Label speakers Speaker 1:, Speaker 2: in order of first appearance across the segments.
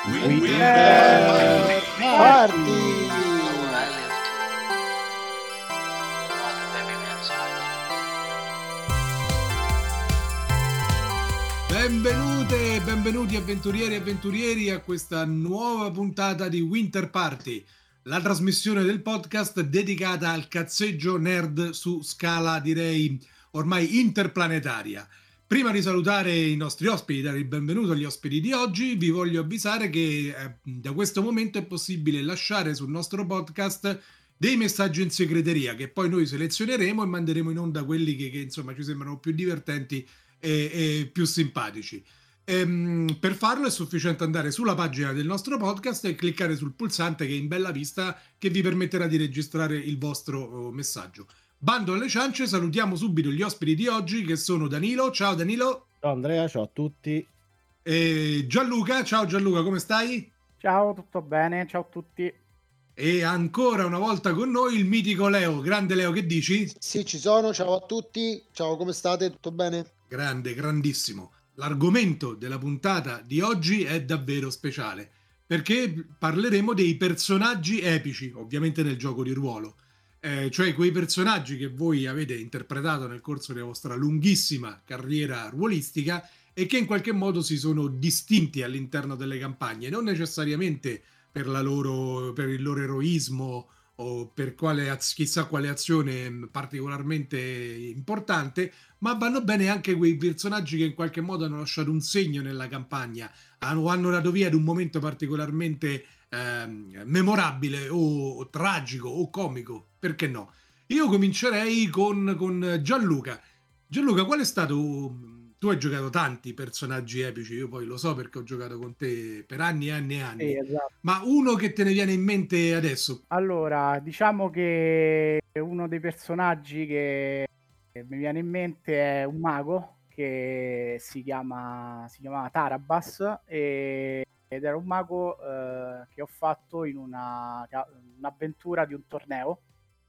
Speaker 1: Winter Party!
Speaker 2: Benvenuti avventurieri e avventurieri a questa nuova puntata di Winter Party, la trasmissione del podcast dedicata al cazzeggio nerd su scala, direi, ormai interplanetaria. Prima di salutare i nostri ospiti, dare il benvenuto agli ospiti di oggi, vi voglio avvisare che da questo momento è possibile lasciare sul nostro podcast dei messaggi in segreteria che poi noi selezioneremo e manderemo in onda quelli che insomma ci sembrano più divertenti e più simpatici. Per farlo è sufficiente andare sulla pagina del nostro podcast e cliccare sul pulsante che è in bella vista che vi permetterà di registrare il vostro messaggio. Bando alle ciance, salutiamo subito gli ospiti di oggi che sono Danilo. Ciao Danilo.
Speaker 1: Ciao Andrea, ciao a tutti.
Speaker 2: E Gianluca. Ciao Gianluca, come stai?
Speaker 3: Ciao, tutto bene? Ciao a tutti.
Speaker 2: E ancora una volta con noi il mitico Leo. Grande Leo, che dici?
Speaker 4: Sì, ci sono. Ciao a tutti. Ciao, come state? Tutto bene?
Speaker 2: Grande, grandissimo. L'argomento della puntata di oggi è davvero speciale perché parleremo dei personaggi epici, ovviamente nel gioco di ruolo. Cioè quei personaggi che voi avete interpretato nel corso della vostra lunghissima carriera ruolistica e che in qualche modo si sono distinti all'interno delle campagne, non necessariamente per il loro eroismo o per chissà quale azione particolarmente importante, ma vanno bene anche quei personaggi che in qualche modo hanno lasciato un segno nella campagna, hanno dato via ad un momento particolarmente memorabile o tragico o comico, perché no? Io comincerei con Gianluca. Gianluca, qual è stato... Tu hai giocato tanti personaggi epici, io poi lo so perché ho giocato con te per anni e anni e anni,
Speaker 3: Esatto.
Speaker 2: ma uno che te ne viene in mente adesso?
Speaker 3: Allora, diciamo che uno dei personaggi che mi viene in mente è un mago che si chiamava Tarabas ed era un mago che ho fatto in un'avventura di un torneo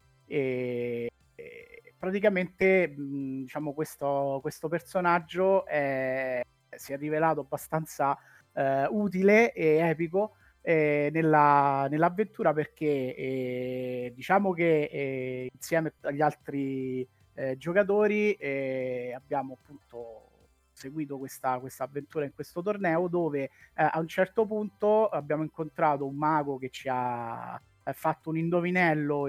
Speaker 3: e praticamente diciamo questo personaggio si è rivelato abbastanza utile e epico nell'avventura perché diciamo che insieme agli altri giocatori abbiamo appunto seguito questa avventura in questo torneo dove a un certo punto abbiamo incontrato un mago che ci ha fatto un indovinello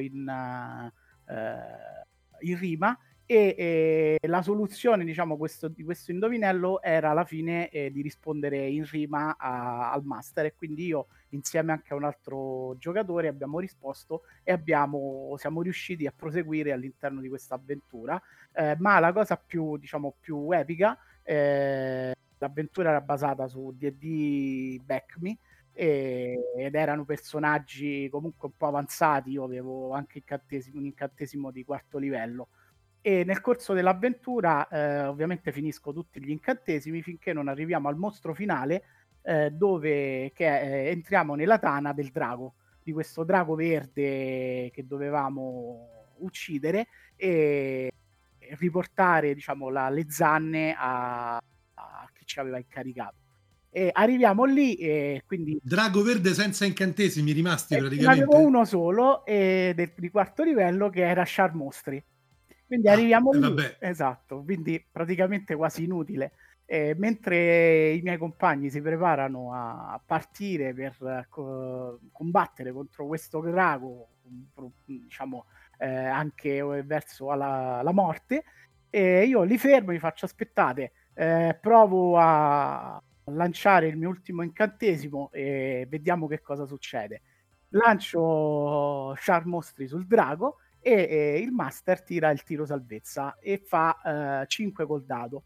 Speaker 3: in rima e la soluzione, diciamo, di questo indovinello era alla fine di rispondere in rima al master, e quindi io insieme anche a un altro giocatore abbiamo risposto e siamo riusciti a proseguire all'interno di questa avventura, ma la cosa più, diciamo, più epica, l'avventura era basata su D&D Back Me, ed erano personaggi comunque un po' avanzati. Io avevo anche un incantesimo di quarto livello e nel corso dell'avventura ovviamente finisco tutti gli incantesimi finché non arriviamo al mostro finale, dove entriamo nella tana del drago, di questo drago verde che dovevamo uccidere e riportare, diciamo, le zanne a chi ci aveva incaricato. E arriviamo lì e quindi
Speaker 2: Drago verde senza incantesimi rimasti
Speaker 3: ne
Speaker 2: praticamente?
Speaker 3: avevo uno solo di quarto livello che era Char Mostri. Quindi arriviamo lì,
Speaker 2: vabbè.
Speaker 3: esatto, quindi praticamente quasi inutile. Mentre i miei compagni si preparano a partire per combattere contro questo drago, diciamo anche verso la morte, io li fermo, li faccio aspettate, provo a lanciare il mio ultimo incantesimo e vediamo che cosa succede. Lancio Char Mostri sul drago e il master tira il tiro salvezza e fa 5 col dado.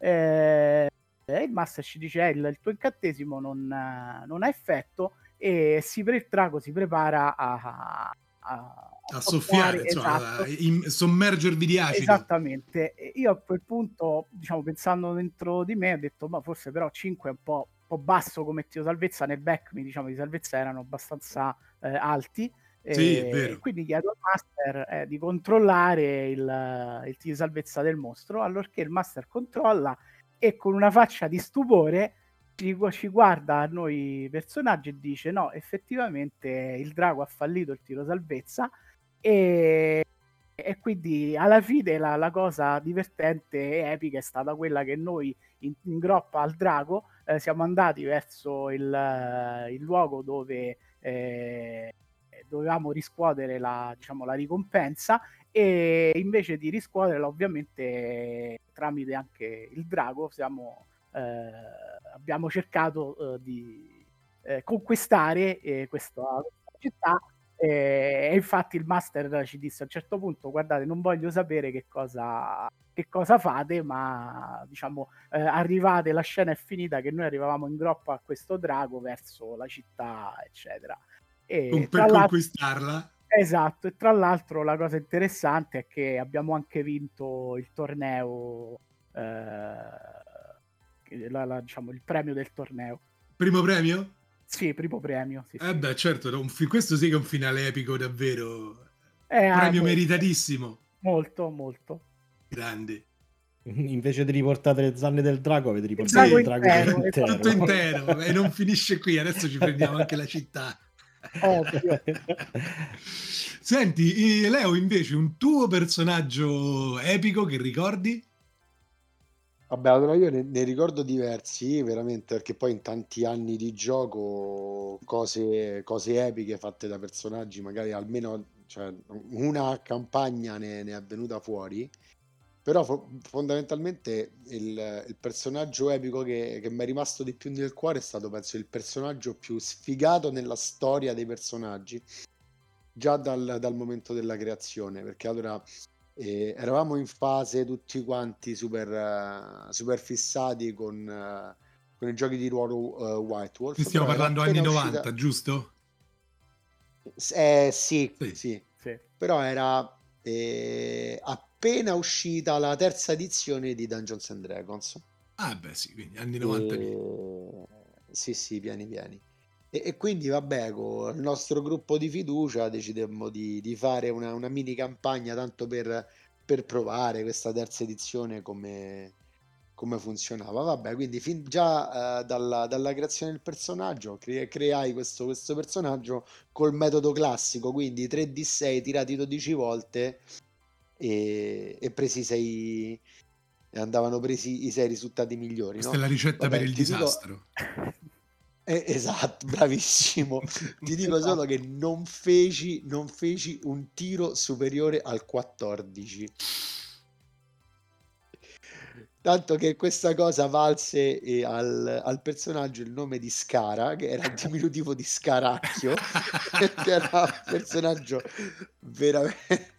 Speaker 3: Il master ci dice il tuo incantesimo non ha effetto e il drago si prepara a
Speaker 2: soffiare,
Speaker 3: esatto.
Speaker 2: a sommergervi di acido.
Speaker 3: Esattamente. E io a quel punto, diciamo, pensando dentro di me, ho detto ma forse però 5 è un po' basso come tiro salvezza. Nel back mi, diciamo, di salvezza erano abbastanza alti.
Speaker 2: Sì, è vero.
Speaker 3: Quindi chiedo al master di controllare il tiro salvezza del mostro, allorché il master controlla e con una faccia di stupore ci guarda a noi personaggi e dice no, effettivamente il drago ha fallito il tiro salvezza e, e quindi alla fine la cosa divertente e epica è stata quella che noi in groppa al drago siamo andati verso il luogo dove dovevamo riscuotere diciamo, la ricompensa e invece di riscuoterla ovviamente tramite anche il drago abbiamo cercato di conquistare questa città e infatti il master ci disse a un certo punto guardate non voglio sapere che cosa fate ma diciamo arrivate, la scena è finita che noi arrivavamo in groppa a questo drago verso la città eccetera e
Speaker 2: Per conquistarla.
Speaker 3: esatto, e tra l'altro la cosa interessante è che abbiamo anche vinto il torneo diciamo il premio del torneo.
Speaker 2: Primo premio?
Speaker 3: Sì, primo premio. Sì, sì.
Speaker 2: Beh, certo, questo sì che è un finale epico davvero. Premio meritatissimo.
Speaker 3: Molto, molto.
Speaker 2: Grande.
Speaker 1: Invece di riportare le zanne del drago, avete riportato il drago intero.
Speaker 2: Tutto intero. E non finisce qui, adesso ci prendiamo anche la città.
Speaker 3: Ovvio.
Speaker 2: Senti, Leo, invece, un tuo personaggio epico che ricordi?
Speaker 4: Vabbè, allora io ne ricordo diversi, veramente, perché poi in tanti anni di gioco cose epiche fatte da personaggi, magari almeno cioè, una campagna ne è venuta fuori, però fondamentalmente il personaggio epico che mi è rimasto di più nel cuore è stato, penso, il personaggio più sfigato nella storia dei personaggi, già dal momento della creazione, perché allora... eravamo in fase tutti quanti super fissati con i giochi di ruolo White Wolf.
Speaker 2: Stiamo parlando anni 90, giusto?
Speaker 4: Sì. Però era appena uscita la terza edizione di Dungeons and Dragons.
Speaker 2: Ah beh sì, quindi anni 90.
Speaker 4: Sì, piani. E quindi vabbè, con il nostro gruppo di fiducia decidemmo di fare una mini campagna tanto per provare questa terza edizione come funzionava. Vabbè, quindi fin già dalla creazione del personaggio creai questo personaggio col metodo classico, quindi 3D6 tirati 12 volte e presi 6, andavano presi i 6 risultati migliori.
Speaker 2: Questa è la ricetta per il disastro.
Speaker 4: Esatto, bravissimo. Ti dico solo che non feci un tiro superiore al 14. Tanto che questa cosa valse al personaggio il nome di Scara, che era il diminutivo di Scaracchio, che era un personaggio veramente...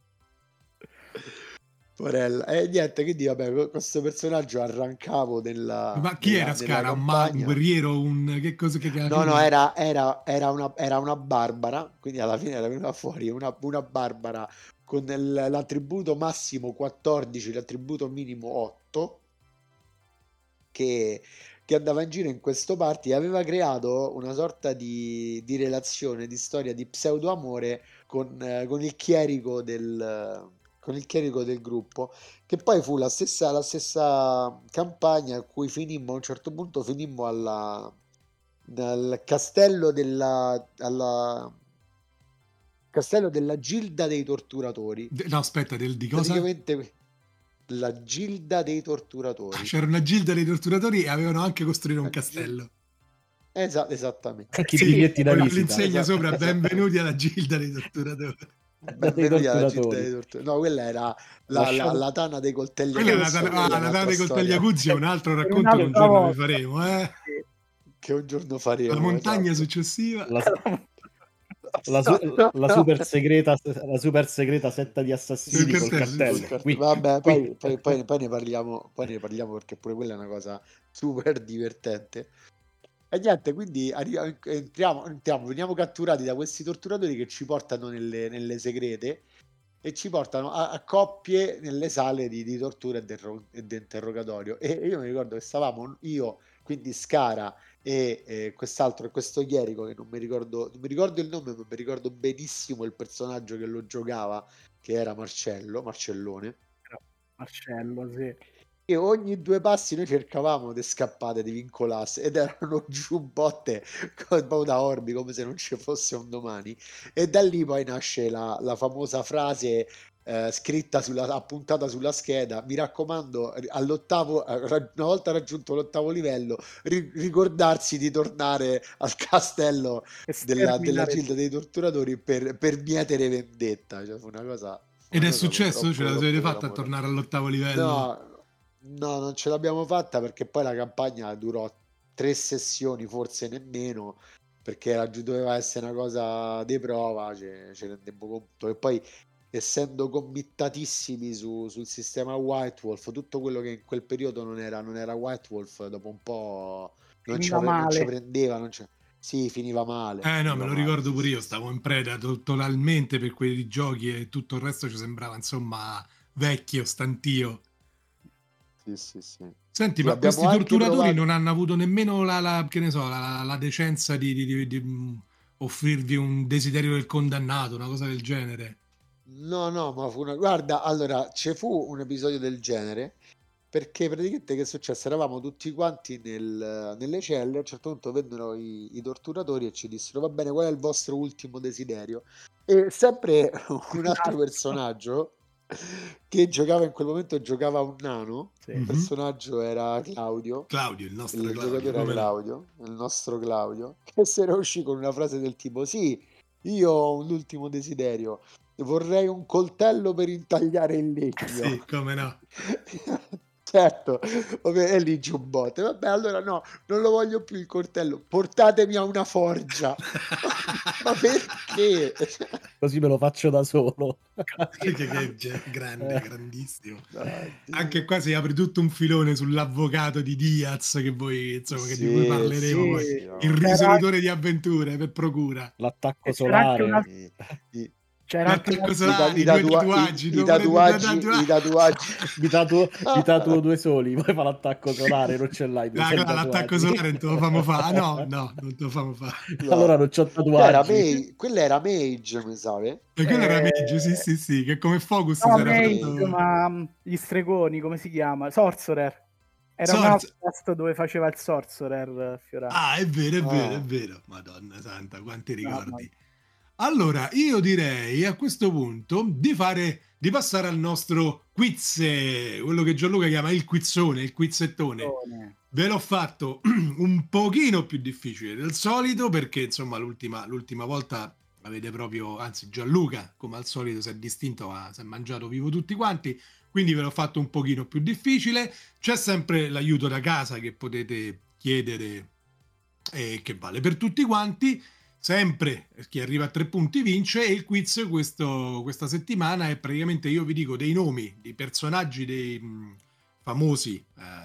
Speaker 4: Porella. E niente, quindi vabbè, questo personaggio arrancavo
Speaker 2: Ma chi era Scara? Un guerriero? Che cosa che
Speaker 4: No, era una barbara, quindi alla fine era venuta fuori una barbara con l'attributo massimo 14, l'attributo minimo 8, che andava in giro in questo party e aveva creato una sorta di relazione, di storia di pseudo amore con il chierico del gruppo, che poi fu la stessa campagna a cui finimmo, a un certo punto finimmo dal castello castello della Gilda dei Torturatori.
Speaker 2: No, aspetta, di cosa?
Speaker 4: Praticamente la Gilda dei Torturatori.
Speaker 2: C'era una Gilda dei Torturatori e avevano anche costruito un castello.
Speaker 4: Esattamente.
Speaker 1: Anche i biglietti da visita.
Speaker 2: L'insegna sopra, benvenuti alla Gilda dei Torturatori.
Speaker 4: Benvenuti alla Gilda dei Torturatori. No, quella era la Tana dei Coltelli
Speaker 2: Aguzzi. La Tana dei Coltelli Aguzzi è un altro racconto che un giorno vi faremo.
Speaker 4: Che un giorno faremo.
Speaker 2: La montagna successiva.
Speaker 1: La super segreta setta di assassini col cartello.
Speaker 4: Vabbè, poi ne parliamo perché pure quella è una cosa super divertente. E niente, quindi veniamo catturati da questi torturatori che ci portano nelle segrete e ci portano a coppie nelle sale di tortura e di interrogatorio. E io mi ricordo che stavamo io, quindi Scara e questo chierico che non mi ricordo il nome, ma mi ricordo benissimo il personaggio che lo giocava, che era Marcellone.
Speaker 3: Marcello, sì.
Speaker 4: e ogni 2 passi noi cercavamo de scappate, di vincolarsi, ed erano giù botte proprio da orbi, come se non ci fosse un domani. E da lì poi nasce la famosa frase, scritta appuntata sulla scheda: "Mi raccomando, all'ottavo, una volta raggiunto l'ottavo livello, ricordarsi di tornare al castello
Speaker 3: E
Speaker 4: della
Speaker 3: sterminare
Speaker 4: gilda dei torturatori per mietere vendetta". Cioè, fu una cosa
Speaker 2: Ed è
Speaker 4: proprio
Speaker 2: successo? Ce
Speaker 4: troppo,
Speaker 2: l'avete
Speaker 4: troppo
Speaker 2: fatta a
Speaker 4: clamorosa.
Speaker 2: tornare all'ottavo livello?
Speaker 4: No, no, non ce l'abbiamo fatta perché poi la campagna durò 3 sessioni, forse nemmeno, perché doveva essere una cosa di prova, ce rendemmo conto. E poi, essendo committatissimi sul sistema White Wolf, tutto quello che in quel periodo non era White Wolf, dopo un po'
Speaker 3: finiva
Speaker 4: non ci
Speaker 3: male.
Speaker 4: prendeva, sì, finiva male,
Speaker 2: No, me
Speaker 4: finiva
Speaker 2: lo
Speaker 4: male,
Speaker 2: ricordo
Speaker 4: sì,
Speaker 2: pure
Speaker 4: sì,
Speaker 2: io,
Speaker 4: sì.
Speaker 2: stavo in preda totalmente per quei giochi e tutto il resto ci sembrava, insomma, vecchio, stantio.
Speaker 4: Sì, sì, sì.
Speaker 2: Senti,
Speaker 4: Sì,
Speaker 2: ma
Speaker 4: abbiamo
Speaker 2: questi
Speaker 4: anche
Speaker 2: torturatori non
Speaker 4: provato.
Speaker 2: hanno avuto nemmeno che ne so, la decenza di offrirvi un desiderio del condannato, una cosa del genere.
Speaker 4: No, no, ma guarda, allora, ci fu un episodio del genere, perché praticamente che è successo? Eravamo tutti quanti nelle celle, a un certo punto vennero i torturatori e ci dissero: va bene, qual è il vostro ultimo desiderio? E sempre un altro
Speaker 3: Cazzo.
Speaker 4: personaggio che giocava in quel momento, giocava un nano,
Speaker 3: Sì.
Speaker 4: il
Speaker 2: Mhm.
Speaker 4: personaggio era Claudio,
Speaker 2: Claudio, il nostro
Speaker 4: il
Speaker 2: Claudio,
Speaker 4: giocatore era
Speaker 2: come no?
Speaker 4: Claudio, il nostro Claudio, che se ne uscì con una frase del tipo: sì, io ho un ultimo desiderio, vorrei un coltello per intagliare il legno.
Speaker 2: Sì, come no?
Speaker 4: Certo, e lì giù botte. Vabbè, allora no, non lo voglio più il coltello, portatemi a una forgia. Ma perché?
Speaker 1: Così me lo faccio da solo.
Speaker 3: Così,
Speaker 2: Grande, grandissimo. Anche
Speaker 4: Oddio.
Speaker 2: qua si apre tutto un filone sull'avvocato di Diaz che voi, insomma, che di cui
Speaker 4: Sì,
Speaker 2: parleremo
Speaker 4: sì,
Speaker 2: poi.
Speaker 3: sì,
Speaker 4: sì,
Speaker 2: Il
Speaker 4: no.
Speaker 3: c'era,
Speaker 2: risolutore di avventure per procura.
Speaker 1: L'attacco
Speaker 3: e c'era anche un
Speaker 1: solare.
Speaker 3: altro,
Speaker 4: I, i-
Speaker 3: c'era anche un
Speaker 2: L'attacco
Speaker 3: altro,
Speaker 2: solare, i due tatuaggi,
Speaker 4: i
Speaker 2: devo pure dire due
Speaker 4: tatuaggi, i
Speaker 2: tatuaggi.
Speaker 4: tatuaggi.
Speaker 1: Mi tatuo due soli, poi fa l'attacco solare, non ce l'hai due
Speaker 2: Ah,
Speaker 1: soli
Speaker 2: claro, l'attacco
Speaker 1: tatuaggi.
Speaker 2: solare non te lo famo fa. Ah, no, no, non te lo famo fa.
Speaker 1: Allora
Speaker 4: No,
Speaker 1: non c'ho tatuaggi.
Speaker 4: quella era Mage, mi sa, eh?
Speaker 2: E quello era Mage, sì,
Speaker 3: eh,
Speaker 2: sì, sì, che come Focus
Speaker 3: no,
Speaker 2: si era
Speaker 3: Mage,
Speaker 2: fatto
Speaker 4: Sì.
Speaker 3: ma gli stregoni, come si chiama? Sorcerer. Era un
Speaker 2: Sorz.
Speaker 3: outcast dove faceva il Sorcerer, Fiora.
Speaker 2: Ah, è vero, è vero, è
Speaker 4: Ah,
Speaker 2: vero. Madonna santa, quanti
Speaker 3: Mamma
Speaker 2: ricordi.
Speaker 3: mia.
Speaker 2: Allora, io direi a questo punto di passare al nostro quiz, quello che Gianluca chiama il quizzone, il quizzettone. Ve l'ho fatto un pochino più difficile del solito perché, insomma, l'ultima volta avete proprio, anzi Gianluca, come al solito, si è distinto, si è mangiato vivo tutti quanti, quindi ve l'ho fatto un pochino più difficile. C'è sempre l'aiuto da casa che potete chiedere e che vale per tutti quanti. Sempre chi arriva a 3 punti vince e il quiz questa settimana è praticamente io vi dico dei nomi di personaggi dei famosi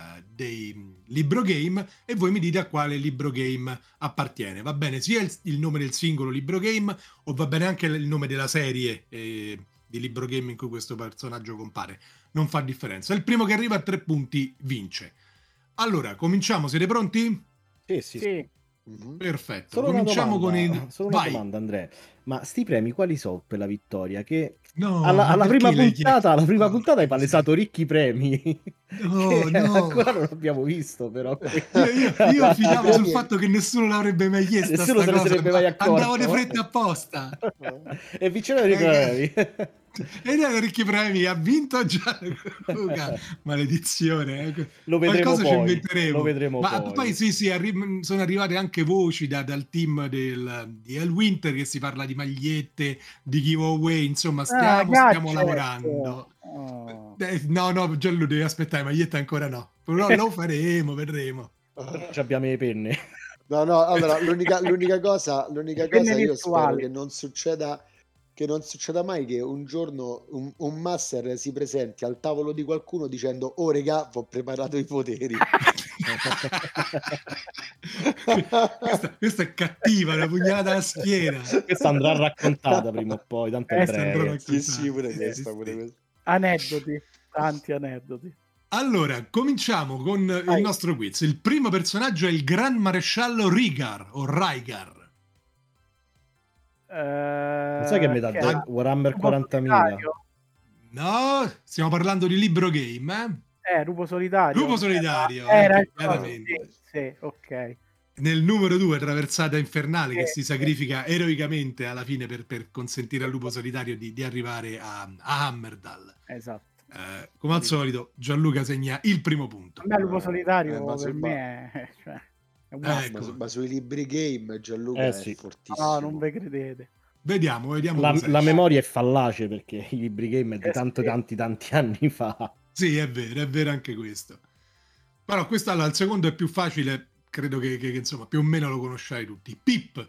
Speaker 2: dei libro game e voi mi dite a quale libro game appartiene. Va bene sia il nome del singolo libro game o va bene anche il nome della serie di libro game in cui questo personaggio compare. Non fa differenza. Il primo che arriva a 3 punti vince. Allora, cominciamo. Siete pronti?
Speaker 1: Sì, sì, sì.
Speaker 3: Sì,
Speaker 4: mhm.
Speaker 2: Perfetto, cominciamo con il...
Speaker 1: Solo una
Speaker 2: Vai!
Speaker 1: domanda, Andrea. Ma sti premi quali sono per la vittoria? Che
Speaker 2: No,
Speaker 1: alla,
Speaker 2: ma
Speaker 1: alla prima
Speaker 2: perché lei chiede?
Speaker 1: puntata, alla prima puntata
Speaker 2: Porca
Speaker 1: hai palesato
Speaker 2: miseria.
Speaker 1: ricchi premi
Speaker 2: No,
Speaker 1: che
Speaker 2: no.
Speaker 1: ancora non abbiamo visto, però qui.
Speaker 2: Io
Speaker 4: I
Speaker 2: affidavo sul
Speaker 4: premi.
Speaker 2: fatto che nessuno l'avrebbe mai chiesta
Speaker 1: Nessuno
Speaker 2: sta
Speaker 1: se ne
Speaker 2: cosa.
Speaker 1: sarebbe mai
Speaker 2: Andavo di
Speaker 1: accorto.
Speaker 2: fretta apposta.
Speaker 1: E vincevano i premi.
Speaker 2: Ed erano ricchi premi, ha vinto Gianluca. Maledizione.
Speaker 1: Lo vedremo
Speaker 2: Qualcosa ci
Speaker 1: poi. Lo
Speaker 2: inventeremo.
Speaker 1: vedremo
Speaker 2: Ma poi
Speaker 1: poi.
Speaker 2: sì, sì, sono arrivate anche voci dal team di Hellwinter che si parla di magliette, di giveaway, insomma, stiamo
Speaker 3: gadget.
Speaker 2: lavorando.
Speaker 3: Oh.
Speaker 2: No, no, Gianluca, devi aspettare, maglietta ancora no. Però lo faremo, vedremo.
Speaker 1: Però ci abbiamo le penne.
Speaker 4: No, no, allora l'unica
Speaker 3: Le penne
Speaker 4: cosa io spero
Speaker 3: virtuali.
Speaker 4: che non succeda mai che un giorno un master si presenti al tavolo di qualcuno dicendo: oh regà, ho preparato i poteri.
Speaker 2: Questa è cattiva, una pugnalata alla schiena.
Speaker 1: Questa andrà raccontata prima o poi, tanto è
Speaker 3: Sì,
Speaker 2: Questa andrà
Speaker 1: breve.
Speaker 4: Sì, sì,
Speaker 2: raccontata.
Speaker 4: pure
Speaker 2: Sì,
Speaker 3: sì.
Speaker 2: sì,
Speaker 4: questa, pure
Speaker 2: sì.
Speaker 4: questa.
Speaker 3: Aneddoti, tanti aneddoti.
Speaker 2: Allora, cominciamo con il
Speaker 3: Vai.
Speaker 2: nostro quiz. Il primo personaggio è il Gran Maresciallo Rygar o Rygar.
Speaker 1: Non sai che mi dà
Speaker 3: Che era
Speaker 1: Warhammer
Speaker 3: tipo
Speaker 1: 40.000?
Speaker 3: societario?
Speaker 2: No, stiamo parlando di libro game, eh?
Speaker 3: Lupo Solitario.
Speaker 2: Lupo Solitario,
Speaker 3: Era il
Speaker 2: chiaramente.
Speaker 3: sì, ok.
Speaker 2: Nel numero 2, Traversata Infernale, che si sacrifica eroicamente alla fine per consentire al Lupo Solitario di arrivare a Hammerdal.
Speaker 3: Esatto.
Speaker 2: Come al solito, Gianluca segna il primo punto.
Speaker 3: A me Lupo Solitario
Speaker 4: ma
Speaker 3: per me è un
Speaker 2: Ecco.
Speaker 4: ma sui libri game Gianluca
Speaker 1: sì.
Speaker 4: è fortissimo.
Speaker 3: No, non ve credete.
Speaker 2: Vediamo
Speaker 1: La memoria è fallace perché i libri game è di tanti anni fa.
Speaker 2: Sì, è vero anche questo. Però questo, allora, il secondo è più facile, credo che insomma più o meno lo conosciate tutti. Pip.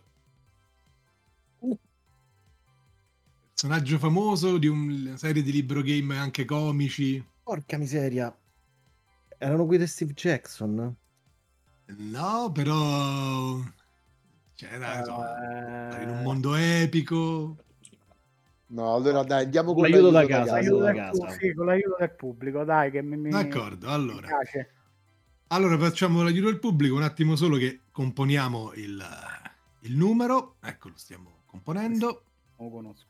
Speaker 2: Personaggio famoso di una serie di libro game anche comici.
Speaker 1: Porca miseria. Erano quelli di Steve Jackson?
Speaker 2: No, però c'era insomma, in un mondo epico.
Speaker 4: No, allora dai, andiamo con
Speaker 1: l'aiuto
Speaker 4: l'aiuto
Speaker 1: da casa.
Speaker 3: Aiuto
Speaker 1: da casa.
Speaker 3: sì, con l'aiuto del pubblico, dai, che mi
Speaker 2: D'accordo, allora.
Speaker 3: piace.
Speaker 2: Allora facciamo l'aiuto del pubblico, un attimo solo che componiamo il numero. Ecco, lo stiamo componendo.
Speaker 3: Non lo conosco.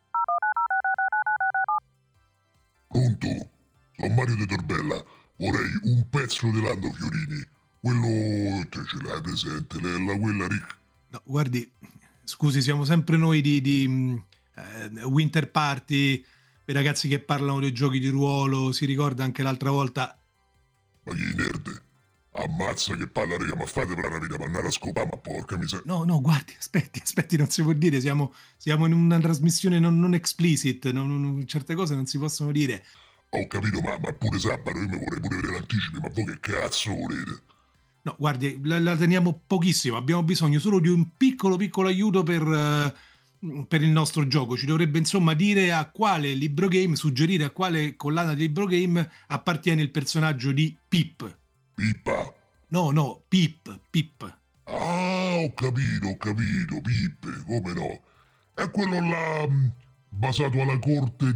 Speaker 5: Pronto? Sono Mario De Torbella. Vorrei un pezzo di Lando Fiorini. Quello te ce l'hai presente, quella ricca.
Speaker 2: No, guardi, scusi, siamo sempre noi di Winter Party, i ragazzi che parlano dei giochi di ruolo, si ricorda anche l'altra volta.
Speaker 5: Ma chi nerd? Ammazza che palla, raga, ma fate per la vita, ma andare a scopare, ma porca miseria.
Speaker 2: No, guardi, aspetti, non si può dire, siamo in una trasmissione non explicit, certe cose non si possono dire.
Speaker 5: Ho capito, ma pure sabato io mi vorrei pure vedere l'anticipo, ma voi che cazzo volete?
Speaker 2: No, guardi, la teniamo pochissimo, abbiamo bisogno solo di un piccolo aiuto per il nostro gioco. Ci dovrebbe insomma dire a quale libro game, suggerire a quale collana di libro game appartiene il personaggio di Pip.
Speaker 5: Pippa?
Speaker 2: No, Pip.
Speaker 5: Ah, ho capito, Pippe, come no? È quello là, basato alla corte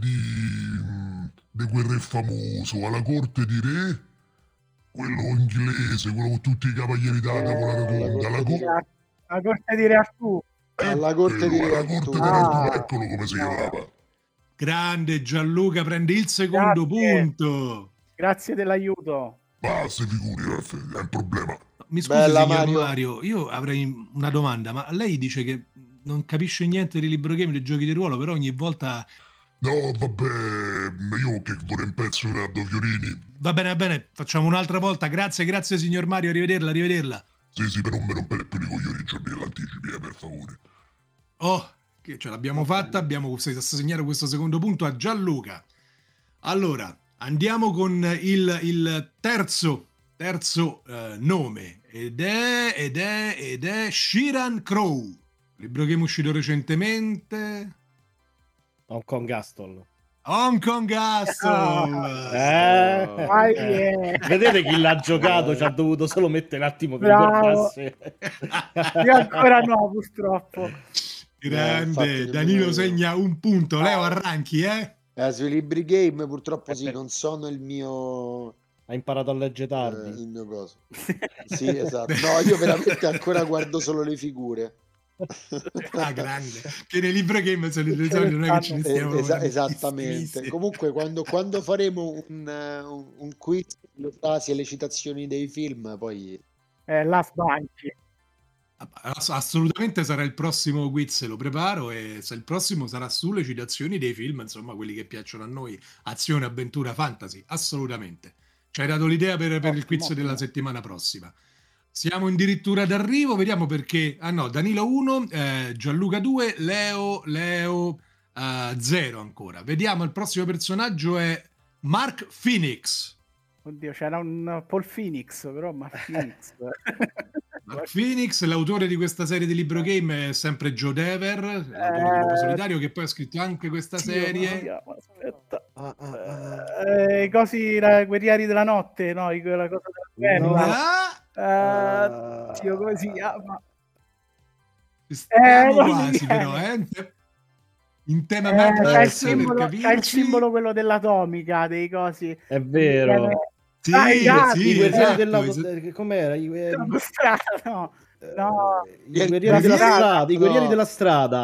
Speaker 5: di quel re famoso, alla corte di re? Quello inglese, quello con tutti i cavalieri da tavola rotonda,
Speaker 3: La corte di Re Artù.
Speaker 4: Alla corte di Re
Speaker 5: alla corte di Re Artù, eccolo come si chiamava.
Speaker 2: Grande Gianluca, prende il secondo punto.
Speaker 3: Grazie dell'aiuto.
Speaker 5: Basta, figuri, è un problema.
Speaker 2: Mi scusi,
Speaker 4: Bella,
Speaker 2: signor Mario, io avrei una domanda, ma lei dice che non capisce niente di libro game, dei giochi di ruolo, però ogni volta...
Speaker 5: No, vabbè, io che vorrei un pezzo di Lando Fiorini.
Speaker 2: Va bene, facciamo un'altra volta. Grazie signor Mario, arrivederla.
Speaker 5: Sì, però non mi rompere più i coglioni i giorni dell'anticipi, per favore.
Speaker 2: Oh, che ce l'abbiamo fatta, abbiamo assegnato questo secondo punto a Gianluca. Allora, andiamo con il terzo nome, ed è Sheeran Crow, libro game uscito recentemente.
Speaker 1: Hong Kong Castle. Vedete chi l'ha giocato? Ci ha dovuto solo mettere un attimo per ricordarsi.
Speaker 3: Io ancora no, purtroppo.
Speaker 2: Grande, Danilo segna un punto. Leo, arranchi,
Speaker 4: sui libri game purtroppo sì, non sono il mio...
Speaker 1: Ha imparato a leggere tardi.
Speaker 4: Il mio coso. Sì, esatto. No, io veramente ancora guardo solo le figure.
Speaker 2: Grande, che nei libro game sono le solite, non è che ce ne stiamo
Speaker 4: esattamente. Comunque quando faremo un quiz sulle frasi e le citazioni dei film, poi
Speaker 3: la sbanchi.
Speaker 2: Assolutamente sarà il prossimo quiz, lo preparo, e il prossimo sarà sulle citazioni dei film, insomma quelli che piacciono a noi, azione, avventura, fantasy, assolutamente. Ci hai dato l'idea per il quiz della settimana prossima. Siamo addirittura d'arrivo, vediamo perché... Ah no, Danilo 1, Gianluca 2, Leo 0 ancora. Vediamo, il prossimo personaggio è Mark Phoenix.
Speaker 3: Oddio, c'era un Paul Phoenix, però Mark Phoenix.
Speaker 2: Mark Phoenix, l'autore di questa serie di libro game è sempre Joe Dever, l'autore di Lupo Solitario, che poi ha scritto anche questa serie.
Speaker 3: Aspetta. I cosi, Guerrieri della Notte, no? Quella cosa della guerra. Come si chiama?
Speaker 2: Stiamo quasi, però, in tema
Speaker 3: c'è il simbolo quello dell'atomica, dei cosi.
Speaker 1: È vero.
Speaker 2: Sì,
Speaker 1: i guerrieri della com'era? I
Speaker 3: guerrieri
Speaker 1: della strada. I guerrieri della strada.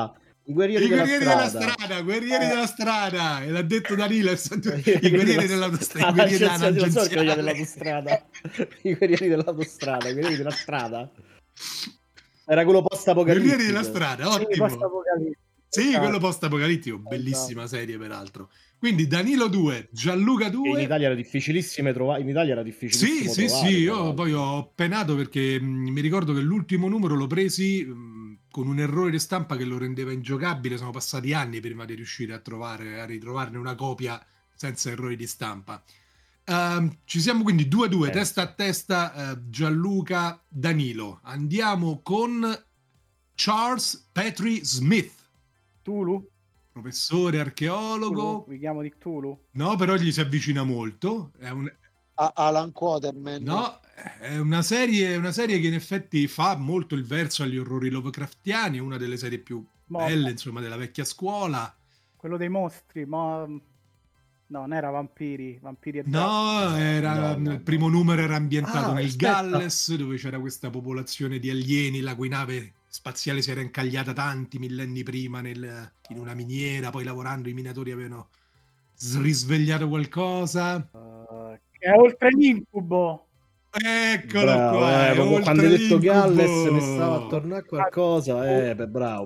Speaker 1: I guerrieri della strada.
Speaker 2: Guerrieri della strada, e l'ha detto Danilo,
Speaker 1: I
Speaker 2: i guerrieri dell'autostrada, i guerrieri
Speaker 1: dell'autostrada. I guerrieri dell'autostrada, i guerrieri della strada. Era quello post-apocalittico.
Speaker 2: Guerrieri della strada, ottimo. Sì, quello post-apocalittico, bellissima serie peraltro. Quindi Danilo 2, Gianluca 2.
Speaker 1: In Italia era difficilissimo trovare.
Speaker 2: Sì, io poi ho penato perché mi ricordo che l'ultimo numero l'ho presi con un errore di stampa che lo rendeva ingiocabile. Sono passati anni prima di riuscire a ritrovarne una copia senza errori di stampa. Ci siamo quindi 2-2, testa a testa, Gianluca, Danilo. Andiamo con Charles Petrie Smith.
Speaker 3: Tulu?
Speaker 2: Professore archeologo.
Speaker 3: Mi chiamo di Cthulhu?
Speaker 2: No, però gli si avvicina molto. È
Speaker 4: Alan Quaterman.
Speaker 2: No, è una serie che in effetti fa molto il verso agli orrori Lovecraftiani, è una delle serie più belle, insomma, della vecchia scuola.
Speaker 3: Quello dei mostri, no, non era vampiri e
Speaker 2: no, il primo numero era ambientato nel Galles, dove c'era questa popolazione di alieni, la cui nave spaziale si era incagliata tanti millenni prima in una miniera, poi lavorando i minatori avevano risvegliato qualcosa.
Speaker 3: È oltre l'incubo.
Speaker 2: Eccolo
Speaker 1: bravo,
Speaker 2: qua.
Speaker 1: Quando hai detto Galles mi stava a tornare qualcosa. Bravo.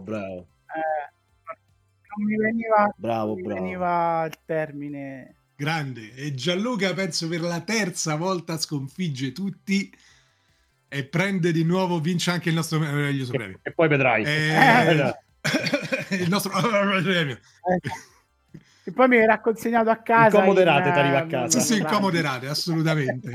Speaker 3: Non mi veniva il termine.
Speaker 2: Grande. E Gianluca penso per la terza volta sconfigge tutti e prende di nuovo, vince anche il nostro premio.
Speaker 1: E poi vedrai.
Speaker 2: Il nostro premio.
Speaker 3: E poi mi era consegnato a casa.
Speaker 1: Incomoderate, t'arriva a casa.
Speaker 2: Sì, incomoderate, assolutamente.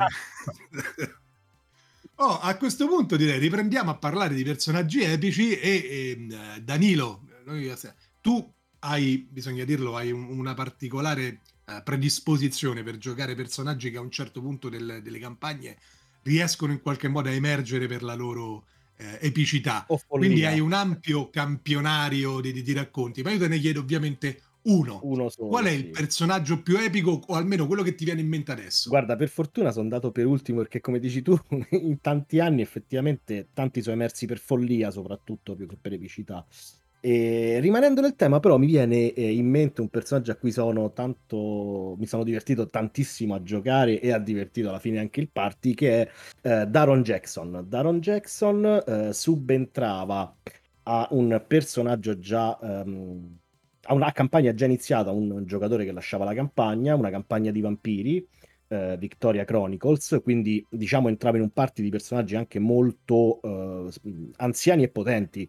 Speaker 2: A questo punto direi riprendiamo a parlare di personaggi epici e Danilo, tu hai, bisogna dirlo, hai una particolare predisposizione per giocare personaggi che a un certo punto delle campagne riescono in qualche modo a emergere per la loro epicità. Quindi hai un ampio campionario di racconti, ma io te ne chiedo ovviamente uno solo. Qual è il personaggio più epico, o almeno quello che ti viene in mente adesso?
Speaker 1: Guarda, per fortuna sono andato per ultimo, perché come dici tu, in tanti anni effettivamente tanti sono emersi per follia, soprattutto più che per epicità. E rimanendo nel tema, però, mi viene in mente un personaggio a cui mi sono divertito tantissimo a giocare, e ha divertito alla fine anche il party, che è Daron Jackson. Daron Jackson subentrava a un personaggio già a una campagna già iniziata, un giocatore che lasciava la campagna, una campagna di vampiri, Victoria Chronicles, quindi diciamo entrava in un party di personaggi anche molto anziani e potenti,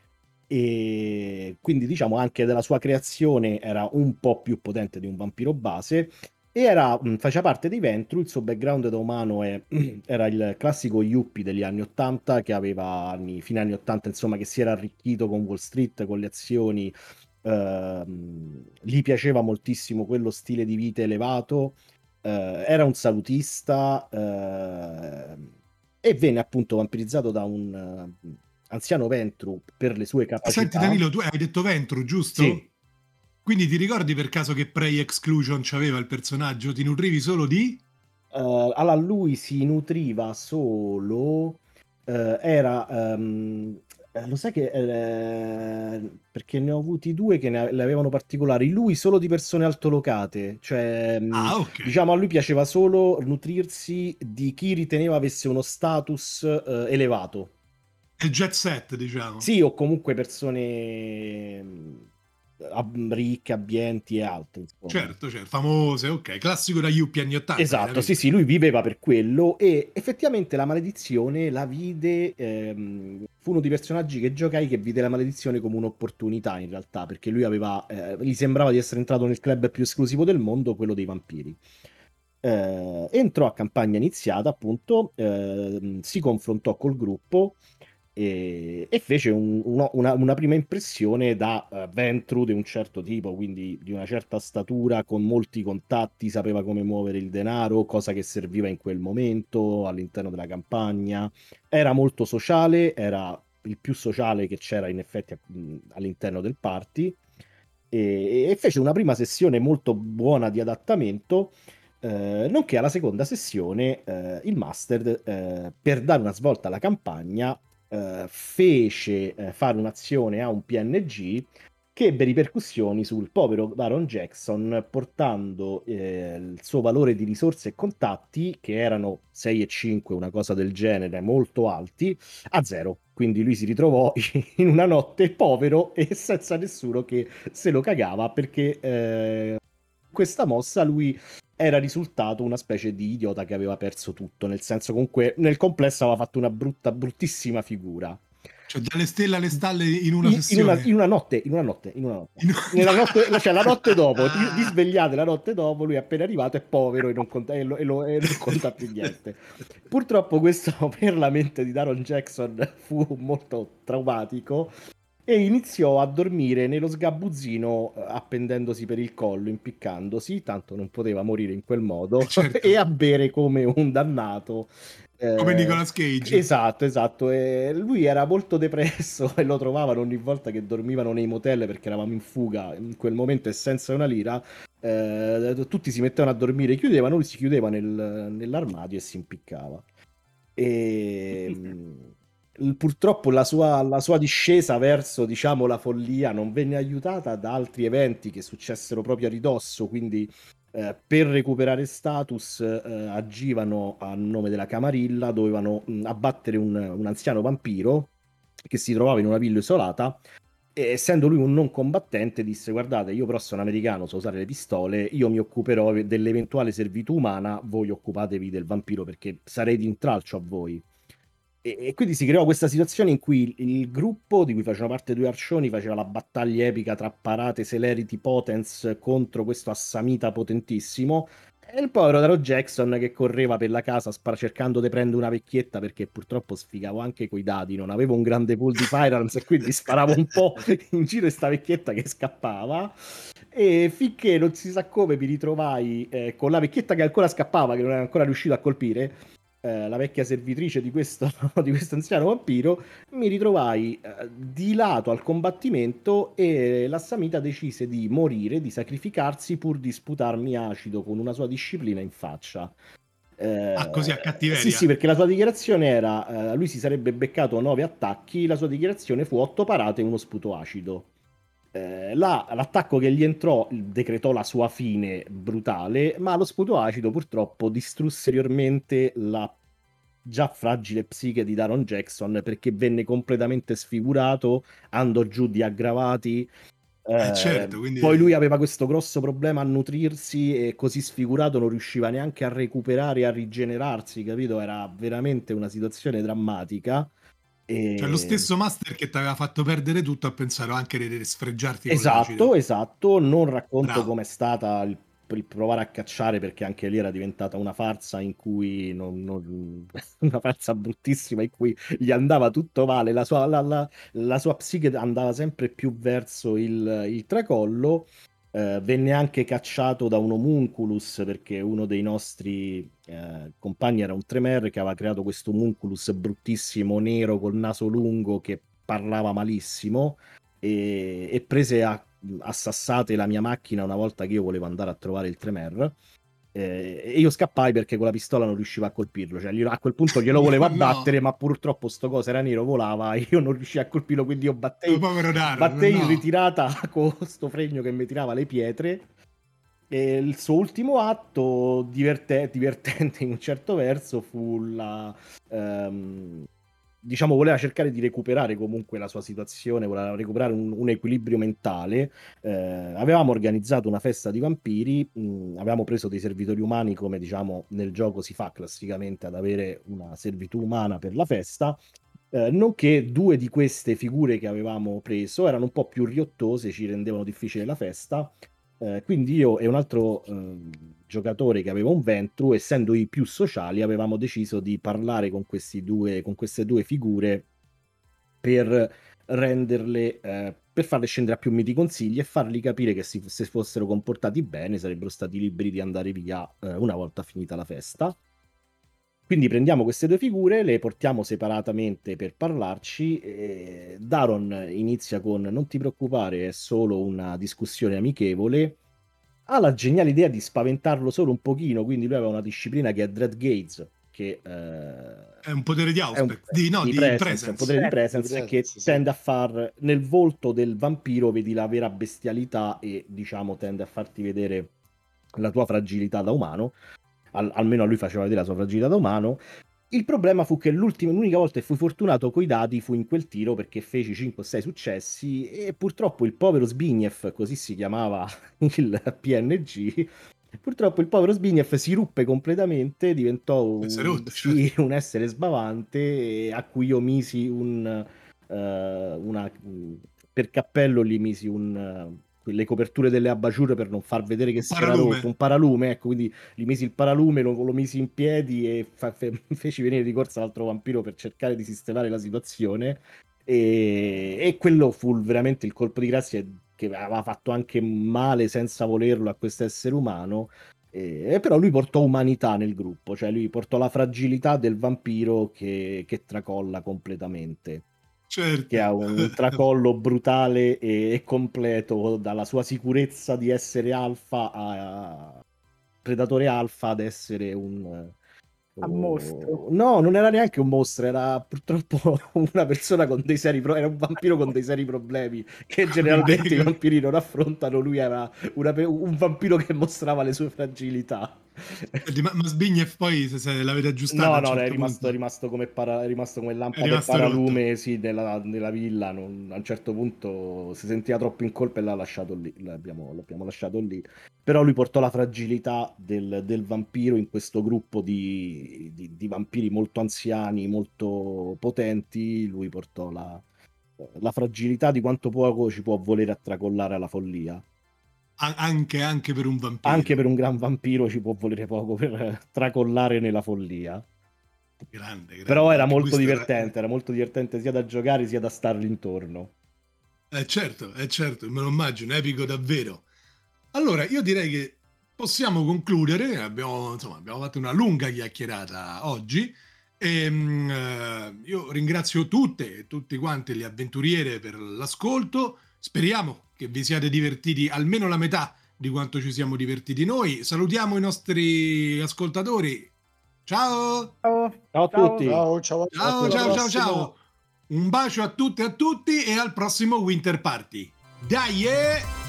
Speaker 1: e quindi diciamo anche della sua creazione era un po' più potente di un vampiro base, e faceva parte dei Ventru. Il suo background da umano era il classico yuppie degli anni 80, che aveva fine anni 80, insomma, che si era arricchito con Wall Street, con le azioni. Gli piaceva moltissimo quello stile di vita elevato, era un salutista, e venne appunto vampirizzato da un anziano Ventru per le sue capacità.
Speaker 2: Senti Danilo, tu hai detto Ventru, giusto?
Speaker 1: Sì.
Speaker 2: Quindi ti ricordi per caso che Prey Exclusion c'aveva il personaggio? Ti nutrivi solo di?
Speaker 1: Allora, lui si nutriva solo, lo sai che perché ne ho avuti due che le avevano particolari. Lui solo di persone altolocate, cioè
Speaker 2: okay.
Speaker 1: Diciamo a lui piaceva solo nutrirsi di chi riteneva avesse uno status elevato.
Speaker 2: Il jet set, diciamo.
Speaker 1: Sì, o comunque persone ricche, abbienti e altri.
Speaker 2: Certo, famose, ok, classico da yuppie anni 80.
Speaker 1: Esatto, sì, lui viveva per quello, e effettivamente la maledizione la vide, fu uno dei personaggi che giocai che vide la maledizione come un'opportunità, in realtà, perché lui gli sembrava di essere entrato nel club più esclusivo del mondo, quello dei vampiri. Entrò a campagna iniziata, appunto, si confrontò col gruppo e fece una prima impressione da Ventru di un certo tipo, quindi di una certa statura, con molti contatti, sapeva come muovere il denaro, cosa che serviva in quel momento all'interno della campagna. Era molto sociale, era il più sociale che c'era in effetti all'interno del party, e fece una prima sessione molto buona di adattamento. Nonché alla seconda sessione il master, per dare una svolta alla campagna, fece fare un'azione a un PNG che ebbe ripercussioni sul povero Daron Jackson, portando il suo valore di risorse e contatti, che erano 6 e 5, una cosa del genere, molto alti, a zero. Quindi lui si ritrovò in una notte povero e senza nessuno che se lo cagava, perché questa mossa lui era risultato una specie di idiota che aveva perso tutto, nel senso comunque nel complesso aveva fatto una bruttissima figura.
Speaker 2: Cioè dalle stelle alle stalle in una
Speaker 1: In
Speaker 2: sessione.
Speaker 1: una notte. Nella notte, cioè la notte dopo, vi svegliate la notte dopo, lui è appena arrivato, è povero e non conta, e non conta più niente. Purtroppo questo per la mente di Daron Jackson fu molto traumatico e iniziò a dormire nello sgabuzzino appendendosi per il collo, impiccandosi, tanto non poteva morire in quel modo,
Speaker 2: Certo.
Speaker 1: e a bere come un dannato.
Speaker 2: Come Nicolas Cage.
Speaker 1: Esatto. E lui era molto depresso e lo trovavano ogni volta che dormivano nei motel, perché eravamo in fuga in quel momento e senza una lira. Tutti si mettevano a dormire, chiudevano, lui si chiudeva nell'armadio e si impiccava. Purtroppo la sua discesa verso, diciamo, la follia non venne aiutata da altri eventi che successero proprio a ridosso, quindi per recuperare status agivano a nome della Camarilla, dovevano abbattere un anziano vampiro che si trovava in una villa isolata, e essendo lui un non combattente disse: guardate, io però sono americano, so usare le pistole, io mi occuperò dell'eventuale servitù umana, voi occupatevi del vampiro perché sarei di intralcio a voi. E quindi si creò questa situazione in cui il gruppo di cui facevano parte due arcioni faceva la battaglia epica tra Parate, Celerity, Potence contro questo assamita potentissimo, e il povero Daron Jackson che correva per la casa cercando di prendere una vecchietta, perché purtroppo sfigavo anche coi dadi, non avevo un grande pool di firearms e quindi sparavo un po' in giro e sta vecchietta che scappava. E finché non si sa come mi ritrovai con la vecchietta che ancora scappava, che non era ancora riuscito a colpire, la vecchia servitrice di questo anziano vampiro, mi ritrovai di lato al combattimento e l'assamita decise di morire, di sacrificarsi pur di sputarmi acido con una sua disciplina in faccia.
Speaker 2: Così a cattiveria.
Speaker 1: Sì, perché la sua dichiarazione era lui si sarebbe beccato 9 attacchi, la sua dichiarazione fu 8 parate e uno sputo acido. L'attacco che gli entrò decretò la sua fine brutale, ma lo sputo acido purtroppo distrusse ulteriormente la già fragile psiche di Daron Jackson, perché venne completamente sfigurato, andò giù di aggravati.
Speaker 2: Certo, quindi...
Speaker 1: Poi lui aveva questo grosso problema a nutrirsi e così sfigurato non riusciva neanche a recuperare e a rigenerarsi, capito? Era veramente una situazione drammatica.
Speaker 2: Cioè lo stesso master che ti aveva fatto perdere tutto a pensare anche di sfregiarti con l'acido.
Speaker 1: Esatto, non racconto
Speaker 2: Bravo.
Speaker 1: com'è stata il provare a cacciare, perché anche lì era diventata una farsa in cui una farsa bruttissima in cui gli andava tutto male, la sua psiche andava sempre più verso il tracollo. Venne anche cacciato da un homunculus, perché uno dei nostri compagni era un Tremere che aveva creato questo homunculus bruttissimo nero col naso lungo che parlava malissimo, e prese a sassate la mia macchina una volta che io volevo andare a trovare il Tremere, e io scappai perché con la pistola non riuscivo a colpirlo, cioè a quel punto glielo volevo abbattere, ma purtroppo sto coso era nero, volava e io non riuscivo a colpirlo, quindi io battei in ritirata con sto fregno che mi tirava le pietre. E il suo ultimo atto divertente in un certo verso fu diciamo, voleva cercare di recuperare comunque la sua situazione, voleva recuperare un equilibrio mentale. Avevamo organizzato una festa di vampiri, avevamo preso dei servitori umani, come diciamo nel gioco si fa classicamente ad avere una servitù umana per la festa, nonché due di queste figure che avevamo preso erano un po' più riottose, ci rendevano difficile la festa. Quindi io e un altro giocatore che aveva un Ventru, essendo i più sociali, avevamo deciso di parlare con queste due figure per renderle, per farle scendere a più miti consigli e fargli capire che se fossero comportati bene sarebbero stati liberi di andare via una volta finita la festa. Quindi prendiamo queste due figure, le portiamo separatamente per parlarci. Daron inizia con: non ti preoccupare, è solo una discussione amichevole. Ha la geniale idea di spaventarlo solo un pochino, quindi lui aveva una disciplina che è Dread Gaze, che
Speaker 2: È un potere di
Speaker 1: è un,
Speaker 2: Auspex, di
Speaker 1: di presence, è un potere di presence che
Speaker 4: Sì.
Speaker 1: tende a far nel volto del vampiro vedi la vera bestialità e diciamo tende a farti vedere la tua fragilità da umano. Almeno a lui faceva vedere la sua fragilità da umano. Il problema fu che l'unica volta che fui fortunato coi dadi fu in quel tiro perché feci 5 o 6 successi e purtroppo il povero Zbigniew, così si chiamava il PNG, purtroppo il povero Zbigniew si ruppe completamente, diventò
Speaker 2: Si è rotto,
Speaker 1: sì,
Speaker 2: certo.
Speaker 1: un essere sbavante a cui io misi per cappello gli misi le coperture delle abajur per non far vedere che
Speaker 2: Un
Speaker 1: si era rotto,
Speaker 2: paralume.
Speaker 1: un paralume, ecco, quindi gli misi il paralume, lo misi in piedi e feci venire di corsa l'altro vampiro per cercare di sistemare la situazione e quello fu veramente il colpo di grazia che aveva fatto anche male senza volerlo a questo essere umano, però lui portò umanità nel gruppo, cioè lui portò la fragilità del vampiro che tracolla completamente,
Speaker 2: Certo.
Speaker 1: che ha un tracollo brutale e completo dalla sua sicurezza di essere alfa a predatore alfa ad essere
Speaker 3: A mostro.
Speaker 1: no, non era neanche un mostro, era purtroppo una persona con dei era un vampiro con dei seri problemi che generalmente i
Speaker 2: Quindi,
Speaker 1: vampiri non affrontano. Lui era un vampiro che mostrava le sue fragilità.
Speaker 2: ma Zbigniew poi se l'avete aggiustata
Speaker 1: No,
Speaker 2: a un
Speaker 1: no,
Speaker 2: certo punto.
Speaker 1: è rimasto è rimasto come
Speaker 2: È
Speaker 1: lampada e
Speaker 2: rimasto rotto.
Speaker 1: paralume, sì, nella villa. A un certo punto si sentiva troppo in colpa e l'ha lasciato lì. L'abbiamo lasciato lì. Però lui portò la fragilità del vampiro in questo gruppo di vampiri molto anziani, molto potenti. Lui portò la fragilità di quanto poco ci può volere a tracollare alla follia.
Speaker 2: Anche per un vampiro.
Speaker 1: Anche per un gran vampiro ci può volere poco per tracollare nella follia.
Speaker 2: Grande.
Speaker 1: Però era
Speaker 2: Anche
Speaker 1: molto
Speaker 2: questo
Speaker 1: divertente sia da giocare sia da stargli intorno.
Speaker 2: certo, me lo immagino, epico davvero. Allora, io direi che possiamo concludere, abbiamo fatto una lunga chiacchierata oggi. Io ringrazio tutte e tutti quanti le avventuriere per l'ascolto. Speriamo che vi siate divertiti almeno la metà di quanto ci siamo divertiti noi. Salutiamo i nostri ascoltatori. Ciao!
Speaker 3: Ciao.
Speaker 1: Ciao a tutti!
Speaker 4: Ciao. Alla prossima.
Speaker 2: Ciao! Un bacio a tutte e a tutti e al prossimo Winter Party. Dai!